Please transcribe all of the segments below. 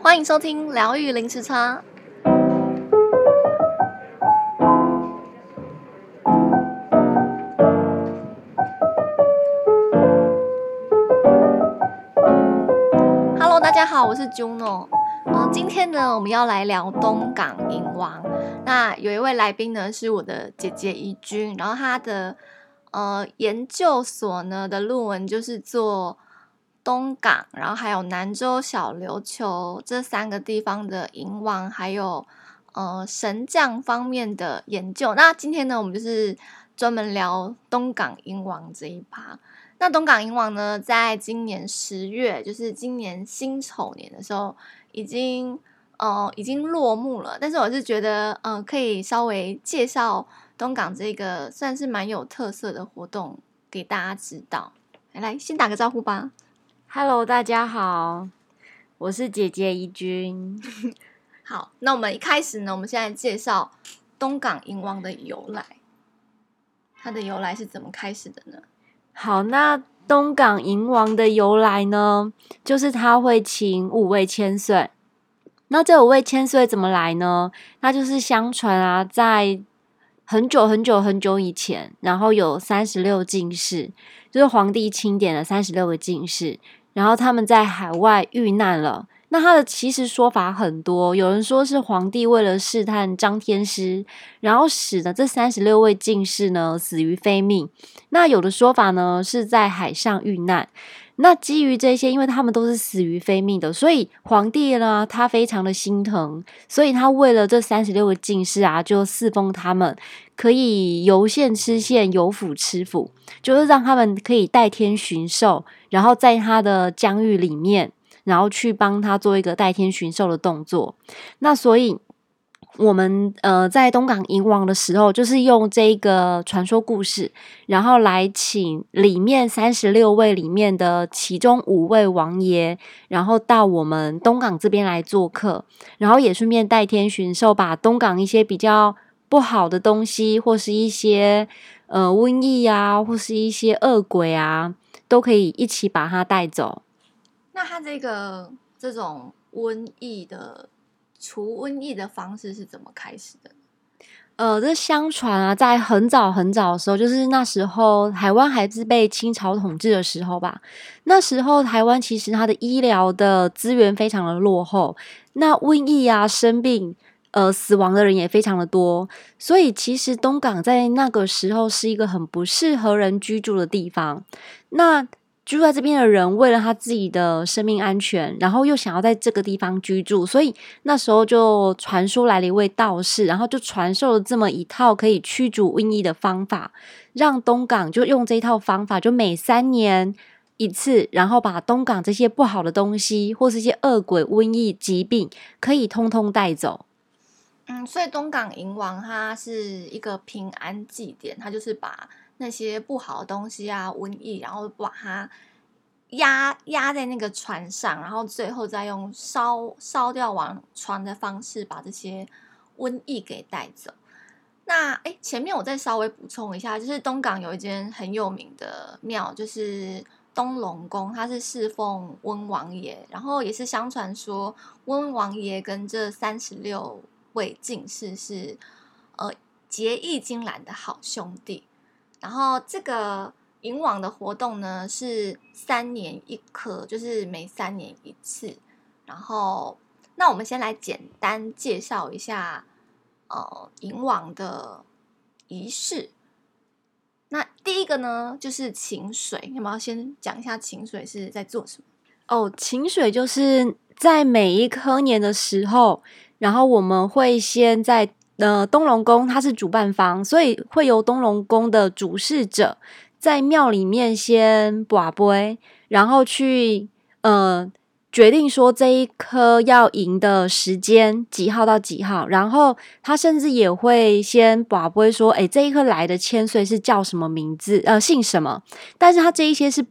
欢迎收听疗愈零时差。Hello， 大家好，我是 Juno。今天呢，我们要来聊东港银王。那有一位来宾呢，是我的姐姐怡君，然后她的研究所呢的论文就是做东港，然后还有南州小琉球这3个地方的银王，还有神将方面的研究。那今天呢，我们就是专门聊东港银王这一趴。那东港银王呢，在今年10月，就是今年辛丑年的时候，已经落幕了。但是我是觉得，可以稍微介绍东港这个算是蛮有特色的活动给大家知道。来，先打个招呼吧。 Hello， 大家好，我是姐姐怡君。 好，那我们一开始呢，我们现在介绍东港银王的由来。它的由来是怎么开始的呢？ 好，那东港银王的由来呢，就是他会请5位千岁。那这5位千岁怎么来呢？那就是相传啊，在很久很久很久以前，然后有36进士，就是皇帝钦点了36个进士，然后他们在海外遇难了。那他的其实说法很多，有人说是皇帝为了试探张天师，然后使得这36位进士呢死于非命。那有的说法呢是在海上遇难。那基于这些，因为他们都是死于非命的，所以皇帝呢他非常的心疼，所以他为了这36个进士啊，就赐封他们可以游县吃县，游府吃府，就是让他们可以代天巡狩，然后在他的疆域里面，然后去帮他做一个代天巡狩的动作。那所以我们在东港银王的时候，就是用这个传说故事，然后来请里面36位里面的其中5位王爷，然后到我们东港这边来做客，然后也顺便代天巡狩，把东港一些比较不好的东西，或是一些瘟疫啊，或是一些恶鬼啊，都可以一起把它带走。 那它这种瘟疫的除瘟疫的方式是怎么开始的？ 这相传啊，在很早很早的时候，就是那时候台湾还是被清朝统治的时候吧。那时候台湾其实它的医疗的资源非常的落后，那瘟疫啊、生病、死亡的人也非常的多，所以其实东港在那个时候是一个很不适合人居住的地方。那居住在这边的人为了他自己的生命安全，然后又想要在这个地方居住，所以那时候就传说来了一位道士，然后就传授了这么一套可以驱逐瘟疫的方法，让东港就用这一套方法，就每3年一次，然后把东港这些不好的东西或是一些恶鬼、瘟疫、疾病可以通通带走。 所以东港银王它是一个平安祭典，它就是把那些不好的东西啊、瘟疫，然后把它压在那个船上，然后最后再用烧掉往船的方式把这些瘟疫给带走。那前面我再稍微补充一下，就是东港有一间很有名的庙，就是东龙宫，它是侍奉温王爷，然后也是相传说温王爷跟这36位进士是结义金兰的好兄弟。然后这个银王的活动呢是3年1科，就是每3年1次。然后那我们先来简单介绍一下银王的仪式。那第一个呢就是请水，要不要先讲一下请水是在做什么？ 请水就是在每一科年的时候，然后我们会先在东龙宫，它是主办方，所以会由东龙宫的主事者在庙里面先跋杯，然后去决定说这一科要赢的时间几号到几号，然后他甚至也会先跋杯说，这一科来的千岁是叫什么名字，姓什么，但是他这一些是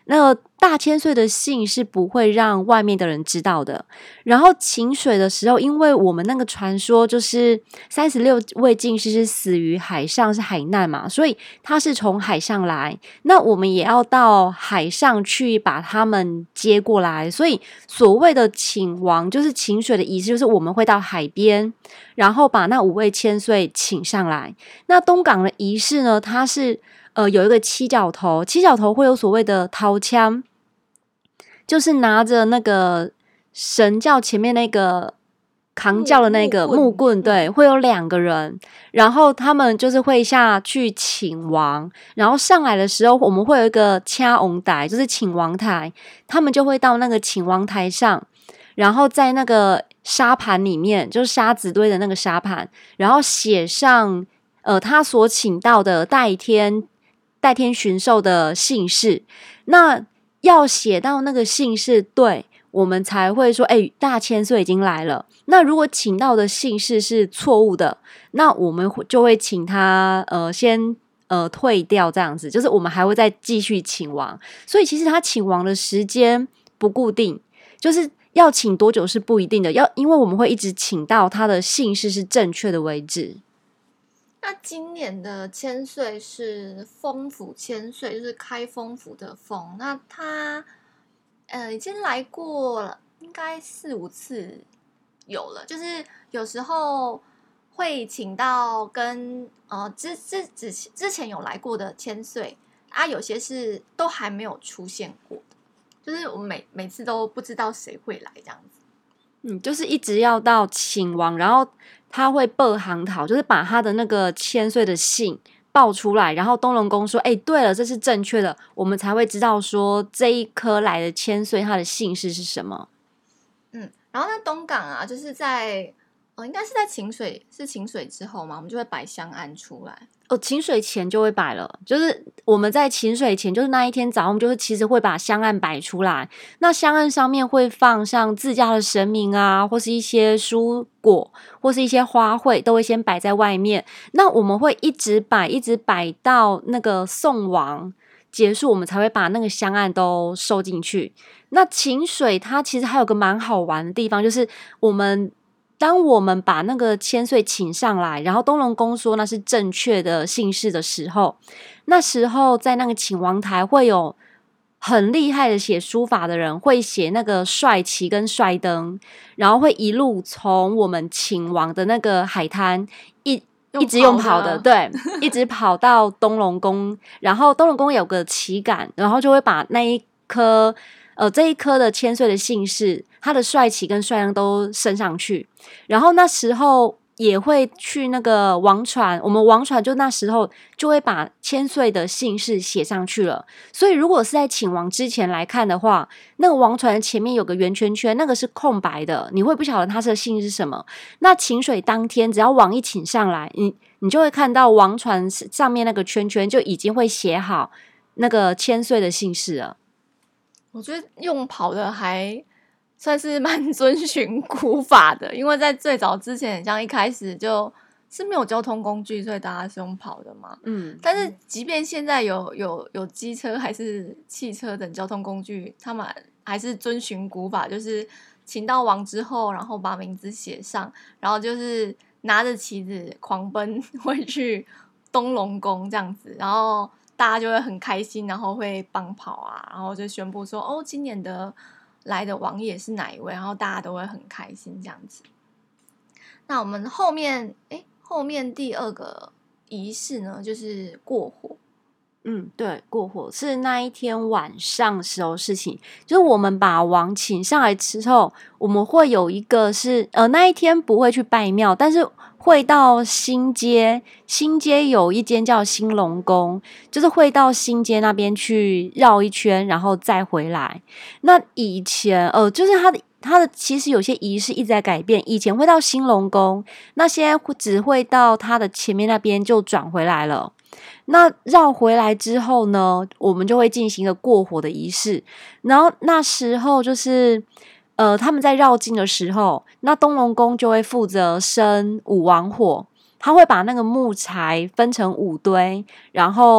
那大千岁的姓是不会让外面的人知道的。然后请水的时候，因为我们那个传说就是36位进士是死于海上，是海难嘛，所以他是从海上来，那我们也要到海上去把他们接过来。所以所谓的请王就是请水的仪式，就是我们会到海边，然后把那5位千岁请上来。那东港的仪式呢，它是有一个七角头，七角头会有所谓的掏枪，就是拿着那个神教前面那个扛轿的那个木棍，对，会有2个人，然后他们就是会下去请王，然后上来的时候我们会有一个掐翁台，就是请王台，他们就会到那个请王台上，然后在那个沙盘里面，就是沙子堆的那个沙盘，然后写上他所请到的代天巡狩的姓氏，那要写到那个姓氏对，我们才会说大千岁已经来了。那如果请到的姓氏是错误的，那我们就会请他先退掉，这样子，就是我们还会再继续请王。所以其实他请王的时间不固定，就是要请多久是不一定的，因为我们会一直请到他的姓氏是正确的为止。 那今年的千岁是丰府千岁，就是开封府的封。那他已经来过了，应该4、5次有了。就是有时候会请到跟之前有来过的千岁啊，有些是都还没有出现过的，就是我们每次都不知道谁会来这样子。 就是一直要到请王，然后他会报行讨，就是把他的那个千岁的姓报出来，然后东龙宫说对了，这是正确的，我们才会知道说这一颗来的千岁他的姓氏是什么。 然后那东港啊，就是在应该是在请水之后嘛，我们就会摆香案出来。 请水前就会摆了，就是我们在请水前，就是那一天早上，我们就是其实会把香案摆出来。那香案上面会放上自家的神明啊，或是一些蔬果，或是一些花卉，都会先摆在外面。那我们会一直摆到那个送王结束，我们才会把那个香案都收进去。那请水它其实还有个蛮好玩的地方，就是当我们把那个千岁请上来，然后东龙宫说那是正确的姓氏的时候，那时候在那个请王台会有很厉害的写书法的人，会写那个帅旗跟帅灯，然后会一路从我们请王的那个海滩一直用跑的，对，一直跑到东龙宫，然后东龙宫有个旗杆，然后就会把那一颗这一颗的千岁的姓氏，他的帅旗跟帅灯都升上去，然后那时候也会去那个王船，我们王船就那时候就会把千岁的姓氏写上去了。所以如果是在请王之前来看的话，那个王船前面有个圆圈圈，那个是空白的，你会不晓得他的姓是什么。那请水当天，只要王一请上来，你就会看到王船上面那个圈圈就已经会写好那个千岁的姓氏了。 我觉得用跑的还算是蛮遵循古法的，因为在最早之前，像一开始就是没有交通工具，所以大家是用跑的嘛。但是即便现在有机车还是汽车等交通工具，他们还是遵循古法，就是请到王之后，然后把名字写上，然后就是拿着旗子狂奔回去东龙宫这样子，然后大家就会很开心，然后会帮跑啊，然后就宣布说今年的来的王爷是哪一位，然后大家都会很开心这样子。那我们后面第2个仪式呢，就是过火。 对，过火是那一天晚上时候事情，就是我们把王请上来之后，我们会有一个是那一天不会去拜庙，但是会到新街有一间叫兴隆宫，就是会到新街那边去绕一圈，然后再回来。那以前就是它的其实有些仪式一直在改变，以前会到兴隆宫，那现在只会到它的前面那边就转回来了。那绕回来之后呢，我们就会进行一个过火的仪式，然后那时候就是他们在绕境的时候，那东龙宫就会负责生5王火，他会把那个木材分成5堆，然后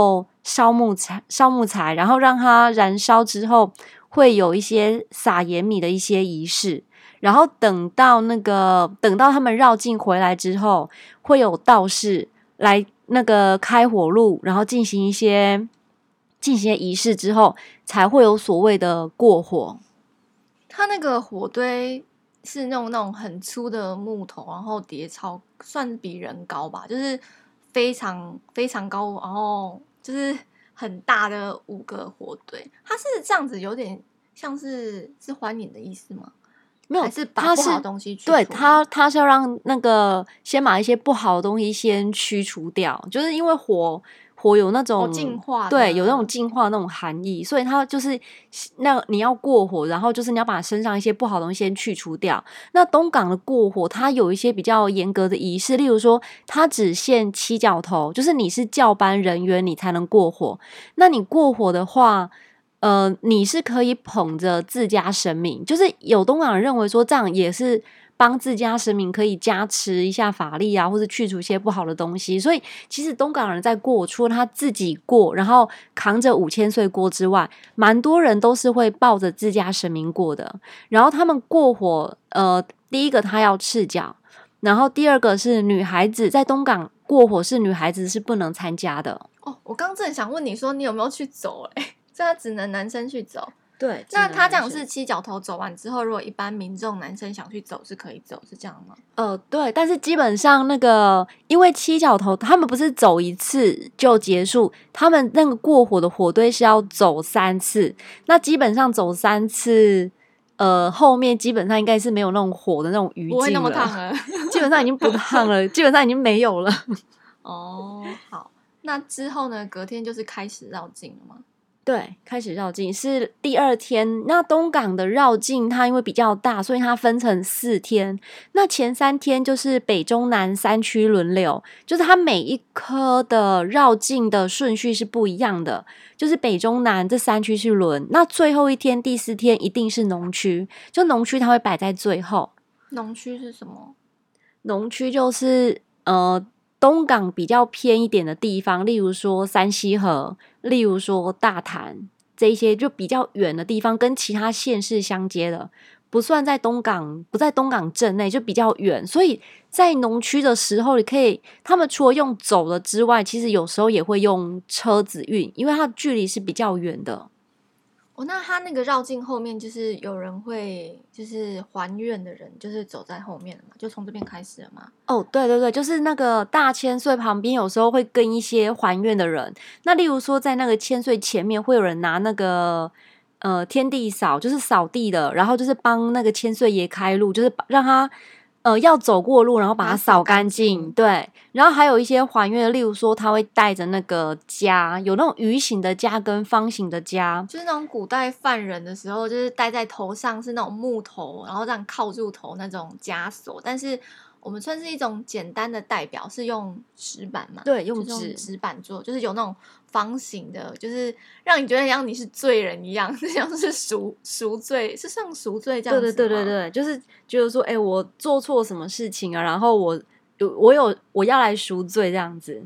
烧木材，然后让它燃烧之后，会有一些撒盐米的一些仪式。然后等到他们绕境回来之后，会有道士来那个开火炉，然后进行一些仪式之后，才会有所谓的过火。 它那个火堆是那种很粗的木头，然后叠超算比人高吧，就是非常非常高，然后就是很大的5个火堆。它是这样子，有点像是欢迎的意思吗？ 没有， 还是把不好的东西去除？ 对，它是要让那个先把一些不好的东西先驱除掉，就是因为火有那种净化， 对，有那种净化的那种含义，所以它就是你要过火，然后就是你要把身上一些不好的东西先去除掉。那东港的过火，它有一些比较严格的仪式，例如说，它只限七角头，就是你是教班人员，你才能过火。那你过火的话，你是可以捧着自家神明，就是有东港人认为说这样也是帮自家神明可以加持一下法力啊，或者去除一些不好的东西。所以其实东港人在过，除了他自己过，然后扛着5000岁锅之外，蛮多人都是会抱着自家神明过的。然后他们过火，第一个他要赤脚，然后第二个是女孩子在东港过火是女孩子是不能参加的。 哦，我刚正想问你说你有没有去走这样只能男生去走。 对， 那他这样是七角头走完之后，如果一般民众男生想去走是可以走，是这样吗？ 对，但是基本上因为七角头他们不是走一次就结束，他们那个过火的火堆是要走3次，那基本上走3次，后面基本上应该是没有那种火的那种余烬了， 不会那么烫了， 基本上已经不烫了，基本上已经没有了。 哦，好，那之后呢？隔天就是开始绕境了吗？ 对，开始绕境是第2天。那东港的绕境它因为比较大，所以它分成4天。那前3天就是北中南3区轮流，就是它每一科的绕境的顺序是不一样的，就是北中南这3区是轮。那最后一天第4天一定是农区，就农区它会摆在最后。 农区是什么？ 农区就是东港比较偏一点的地方，例如说山西河，例如说大潭，这一些就比较远的地方，跟其他县市相接的，不算在东港，不在东港镇内，就比较远。所以在农区的时候，他们除了用走的之外，其实有时候也会用车子运，因为它的距离是比较远的。 那他那个绕境后面就是有人会就是还愿的人，就是走在后面了嘛，就从这边开始了嘛。 对对对，就是那个大千岁旁边有时候会跟一些还愿的人，那例如说在那个千岁前面会有人拿那个天地扫，就是扫地的，然后就是帮那个千岁爷开路，就是让他要走过路，然后把它扫干净。对，然后还有一些还愿的，例如说他会带着那个枷，有那种鱼形的枷跟方形的枷， 就是那种古代犯人的时候，就是戴在头上是那种木头，然后这样靠住头那种枷锁，但是我们算是一种简单的代表，是用纸板嘛？ 对，用纸板做，就是有那种方形的，就是让你觉得像你是罪人一样，像是赎罪，是像赎罪这样子吗？ 对对对对对，就是觉得说，我做错什么事情啊，然后我要来赎罪这样子。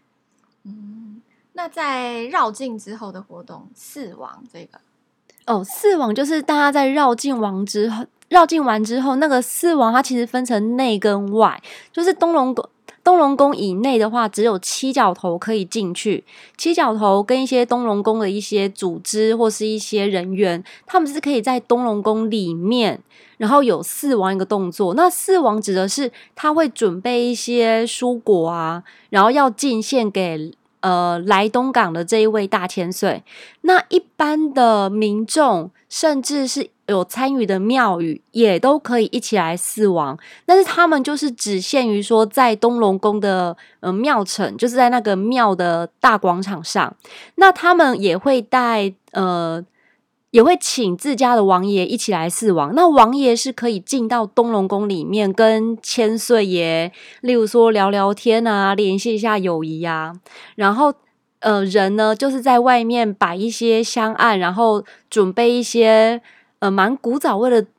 那在绕境之后的活动，四王这个四王就是大家在绕境完之后，那个四王它其实分成内跟外，就是东龙宫以内的话，只有七角头可以进去。七角头跟一些东龙宫的一些组织或是一些人员，他们是可以在东龙宫里面，然后有四王一个动作。那四王指的是他会准备一些蔬果啊，然后要进献给来东港的这一位大千岁。那一般的民众甚至是有参与的庙宇也都可以一起来四王，但是他们就是只限于说在东龙宫的庙城，就是在那个庙的大广场上。那他们也会也会请自家的王爷一起来四王。那王爷是可以进到东龙宫里面跟千岁爷，例如说聊聊天啊，联系一下友谊啊。然后人呢就是在外面摆一些香案，然后准备一些蛮古早味的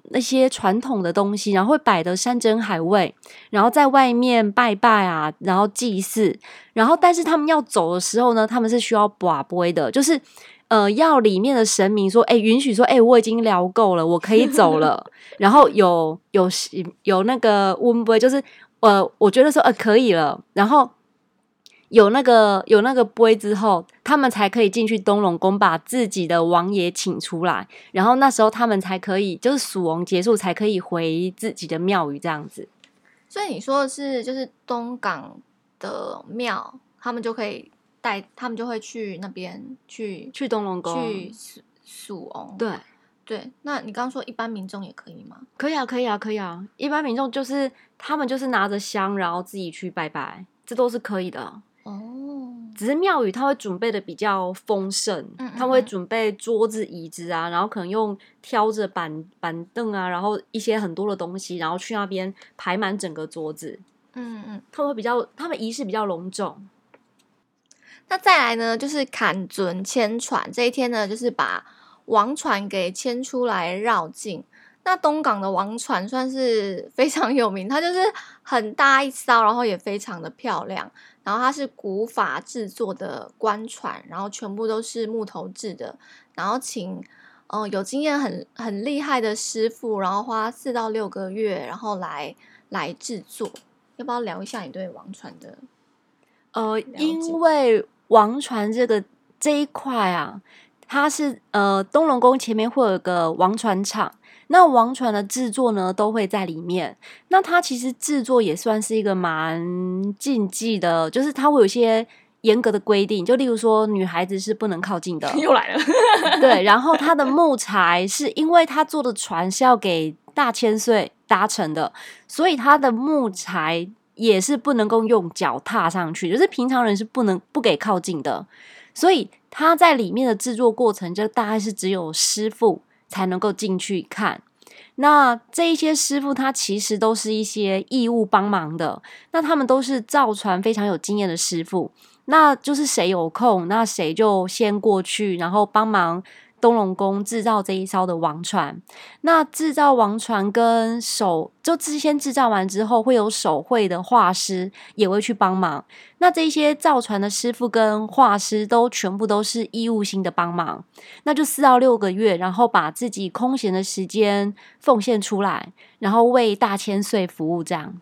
那些传统的东西，然后会摆的山珍海味，然后在外面拜拜啊，然后祭祀，然后但是他们要走的时候呢，他们是需要跋杯的，就是要里面的神明说，允许说，我已经聊够了，我可以走了。然后有那个温杯，就是我觉得说可以了，然后有那个杯之后，他们才可以进去东龙宫把自己的王爷请出来，然后那时候他们才可以，就是属王结束才可以回自己的庙宇这样子。 所以你说的是，就是东港的庙，他们就会去那边去东龙宫去属翁。对，那你刚刚说一般民众也可以吗？ 可以啊，一般民众就是他们就是拿着香，然后自己去拜拜，这都是可以的。只是庙宇他会准备的比较丰盛，他会准备桌子椅子啊，然后可能挑着板凳啊，然后一些很多的东西，然后去那边排满整个桌子。他们仪式比较隆重。 那再来呢，就是坎准牵船这一天呢，就是把王船给牵出来绕境。那东港的王船算是非常有名，它就是很大一艘，然后也非常的漂亮。然后它是古法制作的官船，然后全部都是木头制的，然后请有经验很厉害的师傅，然后花4到6个月，然后来制作。要不要聊一下你对王船的因为王船这一块啊，它是东龙宫前面会有一个王船厂，那王船的制作呢都会在里面。那它其实制作也算是一个蛮禁忌的，就是它会有一些严格的规定，就例如说女孩子是不能靠近的。 又来了。 对，然后它的木材是因为它做的船是要给大千岁搭乘的，所以它的木材也是不能够用脚踏上去，就是平常人是不给靠近的。所以它在里面的制作过程就大概是只有师傅才能够进去看。那这一些师傅他其实都是一些义务帮忙的，那他们都是造船非常有经验的师傅，那就是谁有空那谁就先过去，然后帮忙东龙宫制造这一艘的王船。那制造王船跟就先制造完之后，会有手绘的画师也会去帮忙。那这些造船的师傅跟画师全部都是义务性的帮忙，那就4到6个月，然后把自己空闲的时间奉献出来，然后为大千岁服务这样。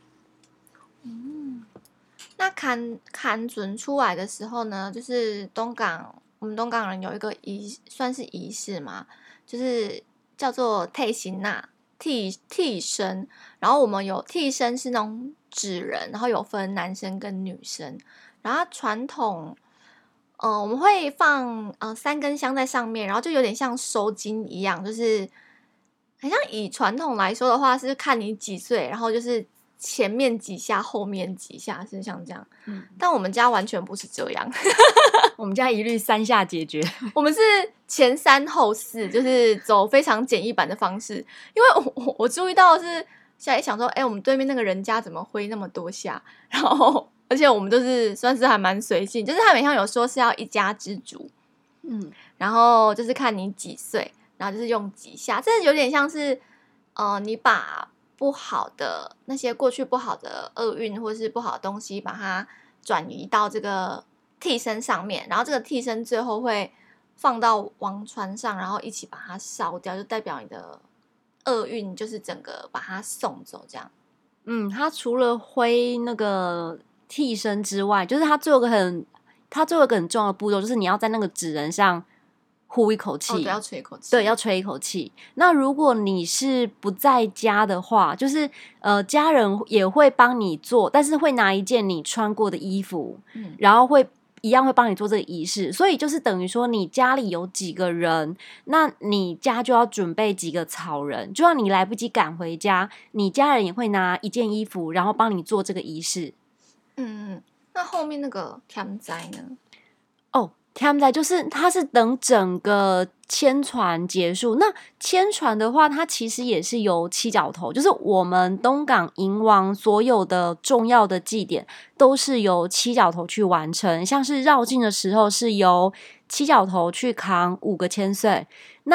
那坎准出来的时候呢，就是我们东港人有一个算是仪式嘛，就是叫做替身呐，替身。然后我们有替身是那种纸人，然后有分男生跟女生。然后传统，我们会放3根香在上面，然后就有点像收金一样，就是很像以传统来说的话，是看你几岁，然后就是前面几下，后面几下，是像这样。但我们家完全不是这样。 我们家一律3下解决。 我们是前3后4，就是走非常简易版的方式。因为我注意到的是，现在想说，我们对面那个人家怎么挥那么多下？然后，而且我们就是算是还蛮随性，就是他们像有说是要一家之主，然后就是看你几岁，然后就是用几下，这有点像是你把不好的那些过去不好的厄运或是不好的东西，把它转移到这个替身上面，然后这个替身最后会放到王船上，然后一起把它烧掉，就代表你的厄运就是整个把它送走这样。 他除了挥那个替身之外，就是他最后一个很重要的步骤，就是你要在那个纸人上呼一口气。 对，要吹一口气。 对，要吹一口气。那如果你是不在家的话，就是家人也会帮你做，但是会拿一件你穿过的衣服，然后一样会帮你做这个仪式。所以就是等于说你家里有几个人，那你家就要准备几个草人，就算你来不及赶回家，你家人也会拿一件衣服，然后帮你做这个仪式。 那后面那个添灾呢？ 添灾就是它是等整个牵船结束。那牵船的话，它其实也是由七角头，就是我们东港迎王所有的重要的祭典都是由七角头去完成。像是绕境的时候是由七角头去扛5个千岁，那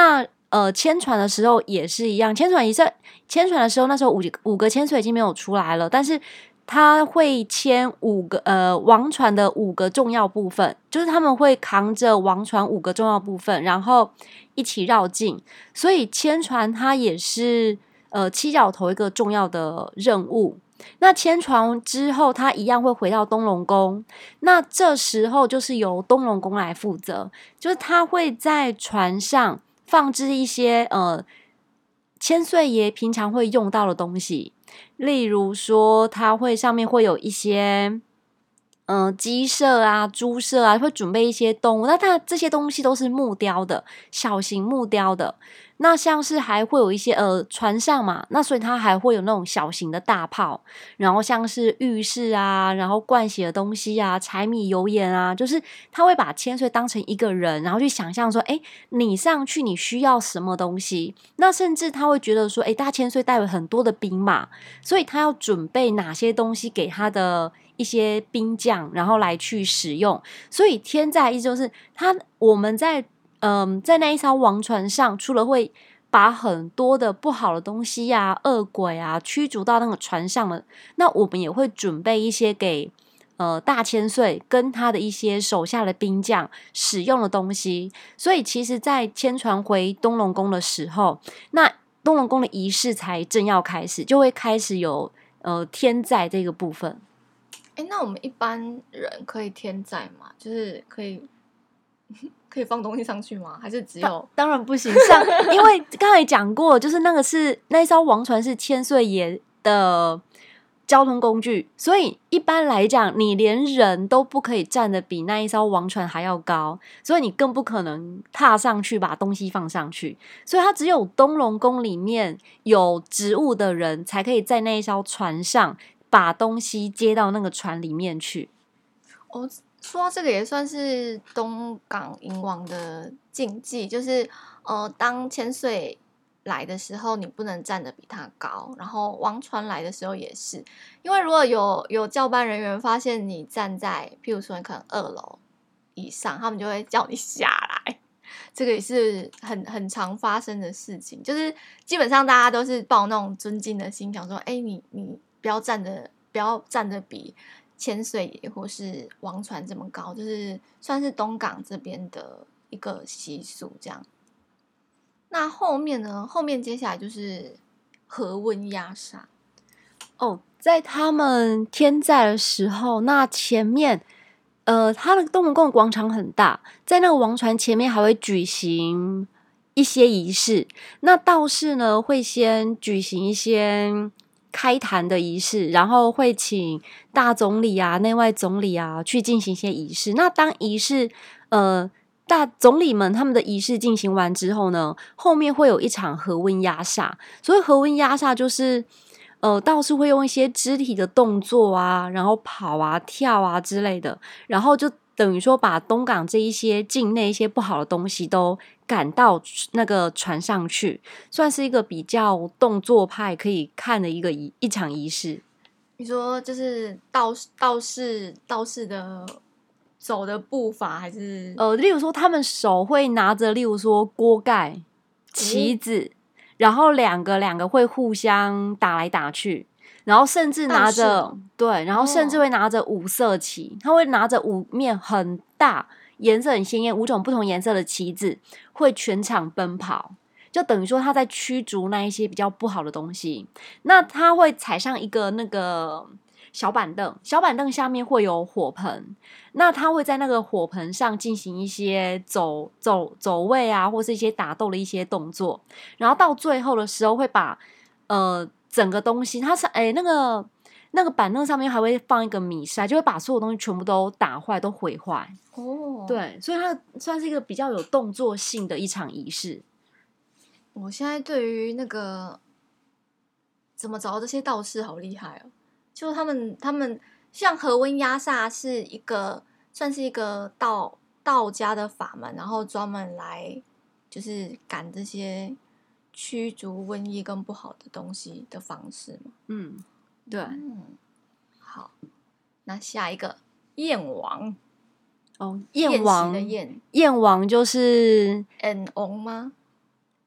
迁船的时候也是一样，迁船的时候，那时候五个千岁已经没有出来了，但是他会牵王船的5个重要部分，就是他们会扛着王船5个重要部分，然后一起绕境，所以牵船它也是七角头一个重要的任务。那迁船之后，他一样会回到东龙宫。那这时候就是由东龙宫来负责，就是他会在船上放置一些千岁爷平常会用到的东西，例如说，他会上面会有一些鸡舍啊、猪舍啊，会准备一些动物。那它这些东西都是木雕的，小型木雕的。那像是还会有一些船上嘛，那所以它还会有那种小型的大炮，然后像是浴室啊，然后盥洗的东西啊，柴米油盐啊，就是他会把千岁当成一个人，然后去想象说，哎，你上去你需要什么东西？那甚至他会觉得说，哎，大千岁带有很多的兵马，所以他要准备哪些东西给他的一些兵将，然后来去使用。所以天在意思就是我们在那一艘王船上，除了会把很多的不好的东西啊、恶鬼啊驱逐到那个船上了，那我们也会准备一些给大千岁跟他的一些手下的兵将使用的东西。所以其实在迁船回东龙宫的时候，那东龙宫的仪式才正要开始，就会开始有天在这个部分。 那我们一般人可以天在吗？就是可以放东西上去吗？还是只有？ 当然不行，因为刚才讲过，就是那艘王船是千岁爷的交通工具，所以一般来讲，你连人都不可以站得比那一艘王船还要高，所以你更不可能踏上去把东西放上去。所以它只有东龙宫里面有职务的人才可以在那一艘船上把东西接到那个船里面去。 说到这个也算是东港迎王的禁忌，就是当千岁来的时候，你不能站得比他高，然后王船来的时候也是，因为如果有教班人员发现你站在，譬如说你可能2楼以上，他们就会叫你下来。这个也是很常发生的事情，就是基本上大家都是抱那种尊敬的心，想说，你不要站得比千岁爷或是王船这么高，就是算是东港这边的一个习俗这样。那后面呢？后面接下来就是和温压煞。 在他们天在的时候，那前面他的东龙宫广场很大，在那个王船前面还会举行一些仪式。那道士呢会先举行一些开坛的仪式，然后会请大总理啊、内外总理啊去进行一些仪式。那当仪式大总理们他们的仪式进行完之后呢，后面会有一场和温压煞。所以和温压煞就是道士会用一些肢体的动作啊，然后跑啊、跳啊之类的，然后就等于说把东港这一些境内一些不好的东西都赶到那个船上去，算是一个比较动作派可以看的一场仪式。 你说就是道士的走的步伐，还是例如说他们手会拿着，例如说锅盖、旗子。然后两个会互相打来打去，然后甚至拿着对，然后甚至会拿着5色旗，他会拿着5面很大、颜色很鲜艳、5种不同颜色的旗子，会全场奔跑，就等于说他在驱逐那一些比较不好的东西。那他会踩上一个那个小板凳，小板凳下面会有火盆，那他会在那个火盆上进行一些走位啊，或是一些打斗的一些动作，然后到最后的时候会把整个东西，它是那个板凳上面还会放一个米筛，就会把所有东西全部都打坏、都毁坏。对，所以它算是一个比较有动作性的一场仪式。 我现在对于那个怎么找到这些道士好厉害哦！就他们像和温压煞算是一个道家的法门，然后专门来就是赶这些驱逐瘟疫跟不好的东西的方式嘛。 对。 好，那下一个燕王。 燕王， 的燕燕王就是燕王吗？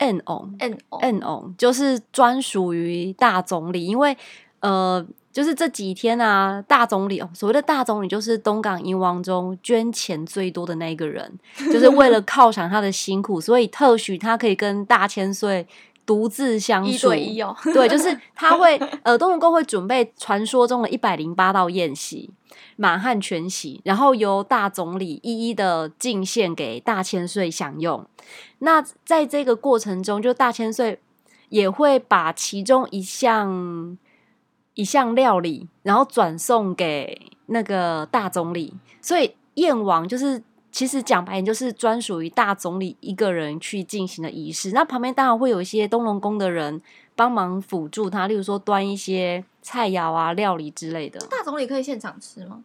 N 翁就是专属于大总理，因为就是这几天啊，大总理所谓的大总理就是东港银王中捐钱最多的那个人，就是为了犒赏他的辛苦，所以特许他可以跟大千岁独自相处， 一对一哦。 对，就是他会东龙宫会准备传说中的108道宴席，满汉全席，然后由大总理一一的进献给大千岁享用。那在这个过程中，就大千岁也会把其中一项料理，然后转送给那个大总理，所以燕王就是其实讲白点就是专属于大总理一个人去进行的仪式。那旁边当然会有一些东龙宫的人帮忙辅助他，例如说端一些菜肴啊、料理之类的。 大总理可以现场吃吗？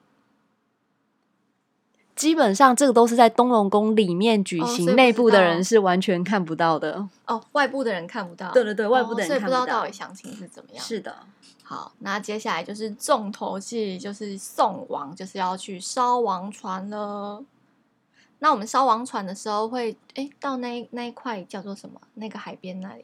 基本上这个都是在东龙宫里面举行，内部的人是完全看不到的。 外部的人看不到。 对对对，外部的人看不到， 所以不知道到底详情是怎么样。 是的。 好，那接下来就是重头戏，就是送王，就是要去烧王船了。那我们烧王船的时候会，到那一块叫做什么？那个海边那里，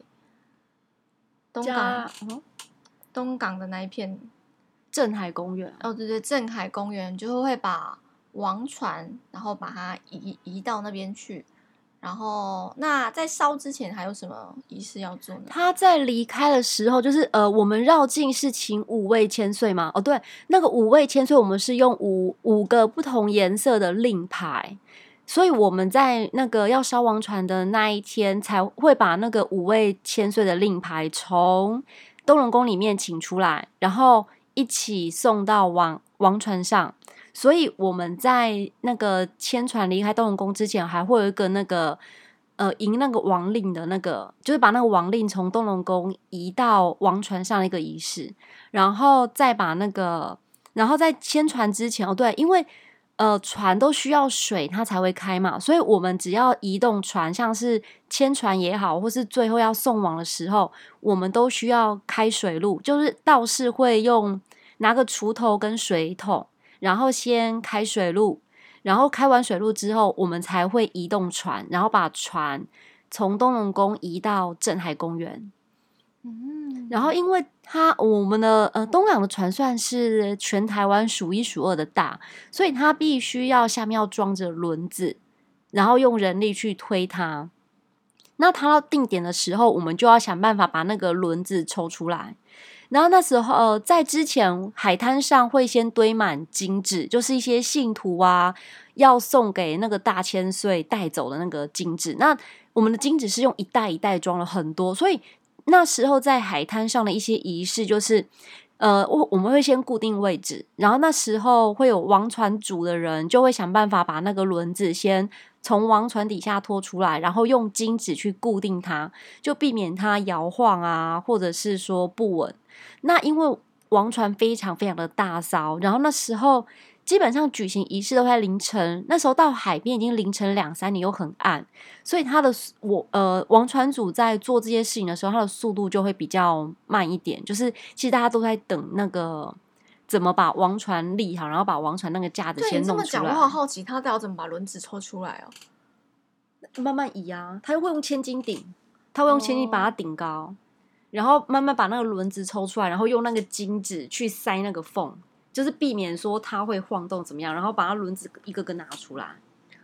东港的那一片， 镇海公园。 对对，镇海公园就会把王船，然后把它移到那边去。然后，那在烧之前还有什么仪式要做呢？ 他在离开的时候，就是我们绕境是请5位千岁嘛。对，那个5位千岁，我们是用五个不同颜色的令牌，所以我们在那个要烧王船的那一天，才会把那个5位千岁的令牌从东龙宫里面请出来，然后一起送到王船上。所以我们在那个牵船离开东龙宫之前，还会有一个那个迎那个王令的那个，就是把那个王令从东龙宫移到王船上的一个仪式，然后再把那个，然后在牵船之前对，因为船都需要水它才会开嘛，所以我们只要移动船，像是牵船也好，或是最后要送王的时候，我们都需要开水路，就是道士会拿个锄头跟水桶，然后先开水路，然后开完水路之后，我们才会移动船，然后把船从东龙宫移到镇海公园。然后因为我们的东港的船算是全台湾数1数2的大，所以它必须下面要装着轮子，然后用人力去推它。那它到定点的时候，我们就要想办法把那个轮子抽出来。然后那时候在之前海滩上会先堆满金纸，就是一些信徒啊要送给那个大千岁带走的那个金纸。那我们的金纸是用一袋一袋装了很多，所以那时候在海滩上的一些仪式就是我们会先固定位置，然后那时候会有王船主的人就会想办法把那个轮子先从王船底下拖出来，然后用金纸去固定它，就避免它摇晃啊，或者是说不稳。那因为王船非常非常的大艘，然后那时候基本上举行仪式都在凌晨，那时候到海边已经凌晨2、3点又很暗，所以王船主在做这些事情的时候，他的速度就会比较慢一点。就是其实大家都在等那个怎么把王船立好，然后把王船那个架子先弄出来。 对，你这么讲，我好好奇他到底要怎么把轮子抽出来哦？ 慢慢移啊，他会用千斤顶，他会用千斤把它顶高，然后慢慢把那个轮子抽出来，然后用那个金纸去塞那个缝。就是避免说它会晃动怎么样，然后把它轮子一个个拿出来。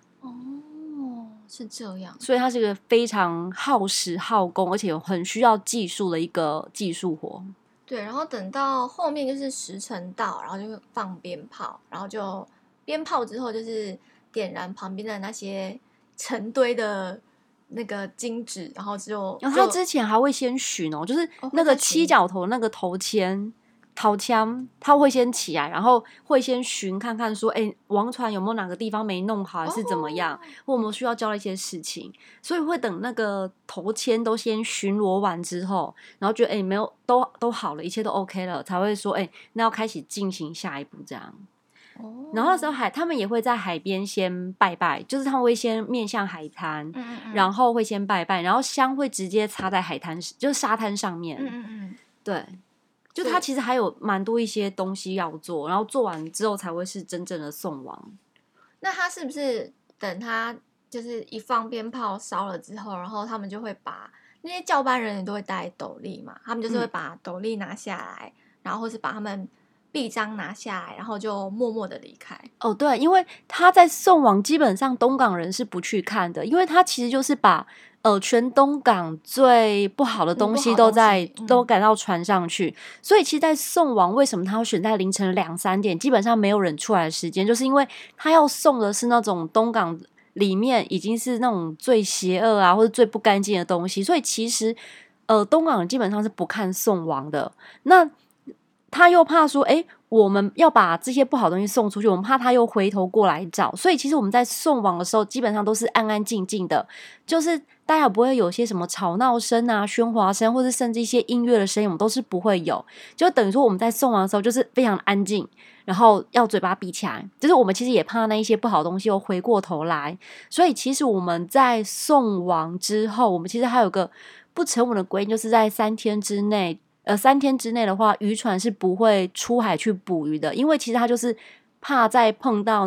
是这样， 所以它是一个非常耗时耗工，而且很需要技术的一个技术活。 对，然后等到后面就是时辰到，然后就放鞭炮，然后就鞭炮之后就是点燃旁边的那些成堆的那个金纸，然后它之前还会先巡就是那个七角头那个头枪他会先起来，然后会先巡看看说王船有没有哪个地方没弄好还是怎么样，或我们需要交代一些事情，所以会等那个头签都先巡逻完之后，然后觉得没有都好了，一切都 OK 了，才会说那要开始进行下一步这样。然后那时候他们也会在海边先拜拜，就是他们会先面向海滩，然后会先拜拜，然后香会直接插在海滩，就是沙滩上面。对，就他其实还有蛮多一些东西要做，然后做完之后才会是真正的送王。 那他是不是等他就是一放鞭炮烧了之后，然后他们就会把那些教班人也都会戴斗笠嘛，他们就是会把斗笠拿下来，然后或是把他们臂章拿下来，然后就默默的离开。 哦，对，因为他在送往基本上东港人是不去看的，因为他其实就是把全东港最不好的东西都赶到船上去，所以其实在送往为什么他会选在凌晨2-3点，基本上没有人出来的时间，就是因为他要送的是那种东港里面已经是那种最邪恶啊或者最不干净的东西，所以其实东港人基本上是不看送往的。那他又怕说我们要把这些不好的东西送出去，我们怕他又回头过来找，所以其实我们在送往的时候基本上都是安安静静的，就是大家不会有些什么吵闹声啊、喧哗声，或是甚至一些音乐的声音，我们都是不会有，就等于说我们在送往的时候就是非常安静，然后要嘴巴闭起来，就是我们其实也怕那一些不好的东西又回过头来，所以其实我们在送往之后，我们其实还有个不成文的规定，就是在3天之内3天之内的话，渔船是不会出海去捕鱼的，因为其实他就是怕再碰到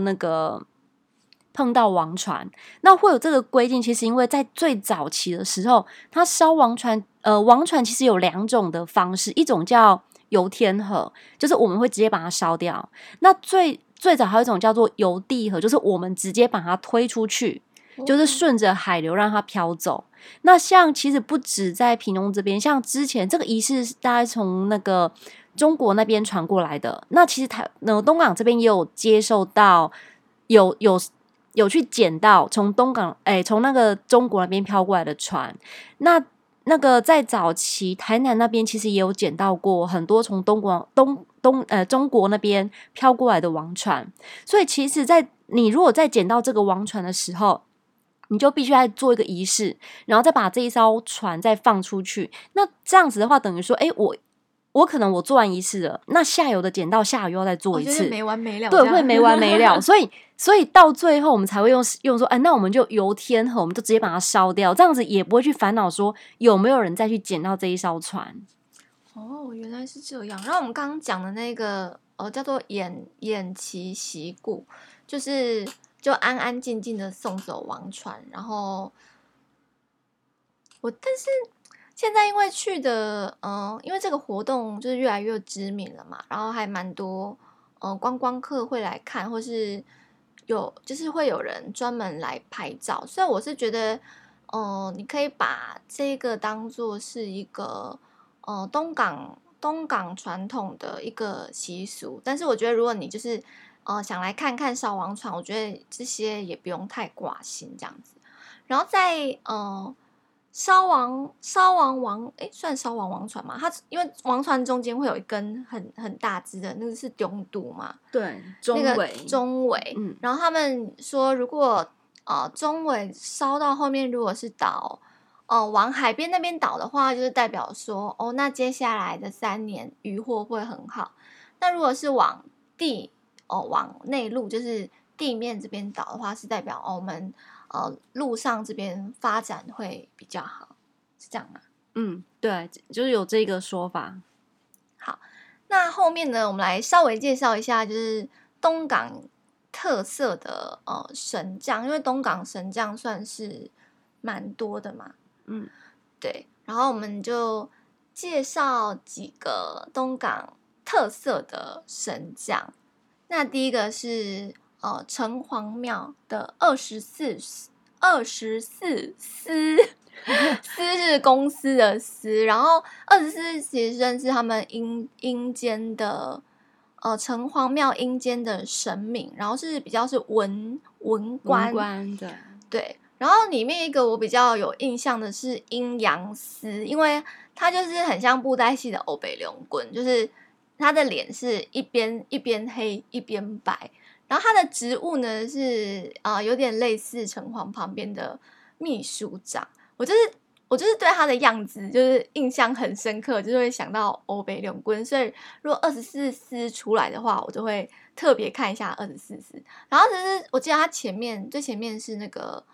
王船。那会有这个规定，其实因为在最早期的时候，他烧王船，王船其实有2种的方式，一种叫油天河，就是我们会直接把它烧掉。那最早还有一种叫做油地河，就是我们直接把它推出去，就是顺着海流让它飘走。那像其实不止在屏东这边，像之前这个仪式大概从那个中国那边传过来的，那其实东港这边也有接受到有去捡到从从那个中国那边飘过来的船。那个在早期台南那边其实也有捡到过很多从中国那边飘过来的王船，所以其实你如果在捡到这个王船的时候，你就必须要做一个仪式，然后再把这一艘船再放出去。那这样子的话，等于说，我可能我做完仪式了，那下游的捡到下游又要再做一次， 没完没了， 对，会没完没了。所以到最后我们才会用说，那我们就油天河，我们就直接把它烧掉，这样子也不会去烦恼说有没有人再去捡到这一艘船。 哦，原来是这样。然后我们刚刚讲的那个叫做偃旗息鼓，就安安静静的送走王船。然后但是现在因为去的因为这个活动就是越来越知名了嘛，然后还蛮多观光客会来看，或是就是会有人专门来拍照。所以我是觉得你可以把这个当作是一个东港传统的一个习俗，但是我觉得如果你就是想来看看烧王船，我觉得这些也不用太挂心这样子。然后在烧王算烧王船嘛？它因为王船中间会有一根很大支的，那个是中度嘛？ 对， 中尾。然后他们说，如果中尾烧到后面，如果是倒往海边那边倒的话，就是代表说那接下来的3年渔获会很好。那如果是往内陆，就是地面这边倒的话，是代表我们路上这边发展会比较好，是这样吗？ 对，就是有这个说法。 好，那后面呢，我们来稍微介绍一下，就是东港特色的神将，因为东港神将算是蛮多的嘛。对，然后我们就介绍几个东港特色的神将。那第一个是城隍庙的24司司是公司的司，然后24其实是他们阴间的城隍庙阴间的神明，然后是比较是文官的， 对。然后里面一个我比较有印象的是阴阳司，因为他就是很像布袋戏的欧北龙棍，就是他的脸是一边黑一边白，然后他的职务呢是有点类似城隍旁边的秘书长。我就是对他的样子就是印象很深刻，就是会想到欧北龙棍，所以如果24司出来的话，我就会特别看一下24司。然后只是我记得他最前面是那个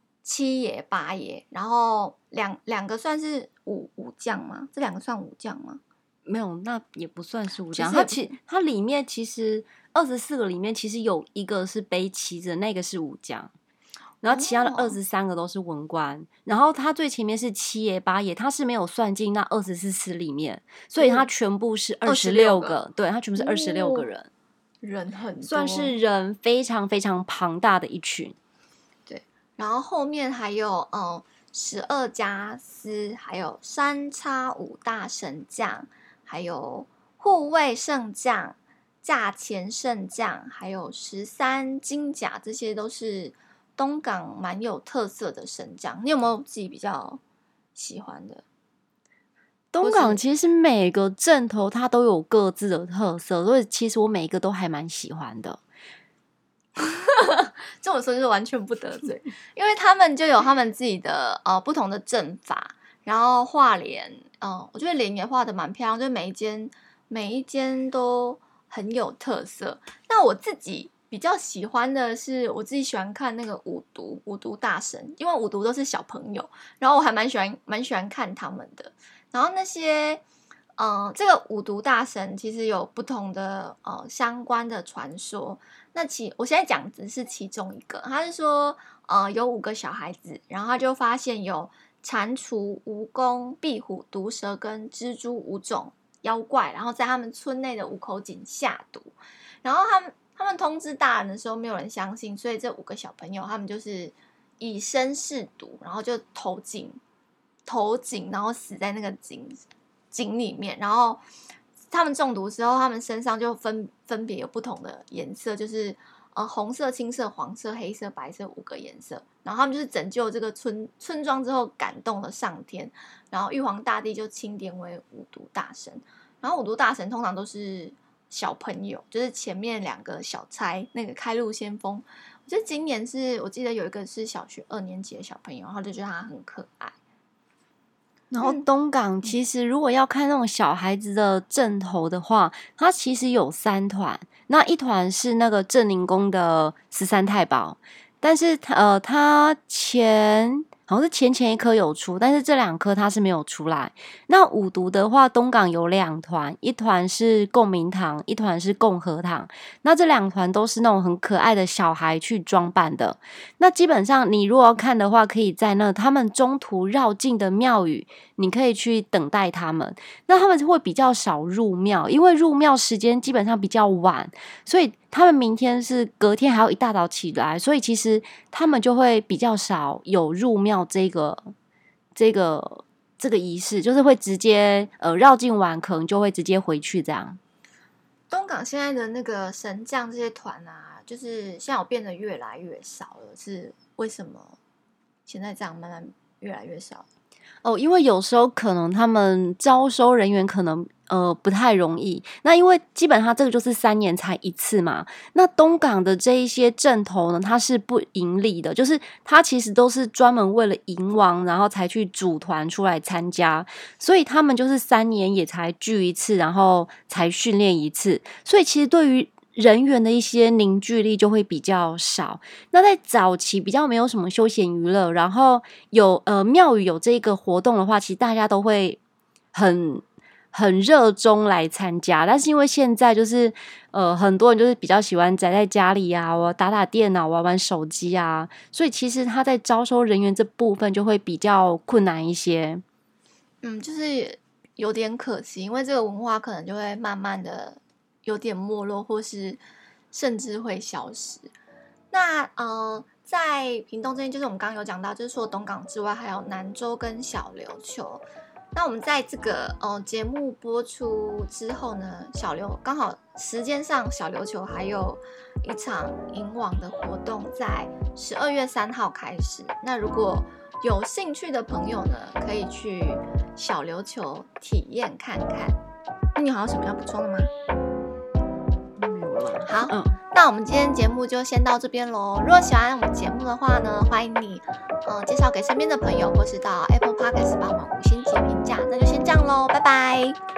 7爷8爷，然后两个算是武将吗？这2个算武将吗？ 没有，那也不算是武将。它里面其实24个里面其实有一个是背旗子，那个是武将。 然后其他的23个都是文官，然后他最前面是7爷8爷，他是没有算进那24师里面，所以他全部是26个，对，他全部是26个人， 人很多， 算是人非常非常庞大的一群。 对，然后后面还有12家司，还有3叉5大神将，还有护卫圣将、驾前圣将，还有13金甲，这些都是东港蛮有特色的神将。你有没有自己比较喜欢的？ 东港其实每个阵头它都有各自的特色，所以其实我每一个都还蛮喜欢的。 这种说就是完全不得罪，因为他们就有他们自己的不同的阵法，然后画脸，我觉得脸也画的蛮漂亮，就每一间都很有特色。那我自己比较喜欢的是，我自己喜欢看那个五毒大神，因为五毒都是小朋友，然后我还蛮喜欢看他们的。然后那些这个五毒大神其实有不同的相关的传说。那我现在讲只是其中一个，他是说有5个小孩子，然后他就发现有蟾蜍、蜈蚣、壁虎、毒蛇跟蜘蛛5种妖怪，然后在他们村内的5口井下毒。然后他们通知大人的时候，没有人相信，所以这5个小朋友他们就是以身试毒，然后就投井，然后死在那个井里面。然后他们中毒之后，他们身上就分别有不同的颜色，就是红色、青色、黄色、黑色、白色5个颜色。然后他们就是拯救这个村庄之后，感动了上天，然后玉皇大帝就钦点为五毒大神。然后五毒大神通常都是小朋友，就是前面2个小差那个开路先锋。我觉得今年我记得有一个是小学2年级的小朋友，然后就觉得他很可爱。 然后东港其实如果要看那种小孩子的阵头的话，它其实有3团，那一团是那个镇宁宫的13太保，但是它好像是前一颗有出，但是这2颗它是没有出来。那五毒的话，东港有2团，一团是共明堂，一团是共和堂。那这2团都是那种很可爱的小孩去装扮的。那基本上你如果要看的话，可以在他们中途绕境的庙宇，你可以去等待他们。那他们会比较少入庙，因为入庙时间基本上比较晚，所以他们明天是隔天还要一大早起来，所以其实他们就会比较少有入庙这个仪式，就是会直接绕境完可能就会直接回去这样。 东港现在的那个神将这些团啊，就是现在有变得越来越少了，是为什么现在这样慢慢越来越少？ 因为有时候可能他们招收人员可能不太容易，那因为基本上这个就是3年才一次嘛。那东港的这一些阵头呢，它是不盈利的，就是它其实都是专门为了迎王，然后才去组团出来参加，所以他们就是3年也才聚一次，然后才训练一次，所以其实对于人员的一些凝聚力就会比较少。那在早期比较没有什么休闲娱乐，然后有庙宇有这个活动的话，其实大家都会很热衷来参加。但是因为现在就是很多人就是比较喜欢宅在家里啊，打电脑啊，玩手机啊，所以其实他在招收人员这部分就会比较困难一些。 就是有点可惜，因为这个文化可能就会慢慢的有点没落，或是甚至会消失。那在屏东这边，就是我们刚刚有讲到，就是除了东港之外，还有南州跟小琉球。那我们在这个节目播出之后呢，刚好时间上小琉球还有一场迎王的活动，在12月3号开始。那如果有兴趣的朋友呢，可以去小琉球体验看看。你还有什么要补充的吗？ 没有了。 好，那我们今天节目就先到这边咯。如果喜欢我们节目的话呢，欢迎你介绍给身边的朋友，或是到 Apple Podcast 帮我们5星级评价。那就先这样咯，拜拜。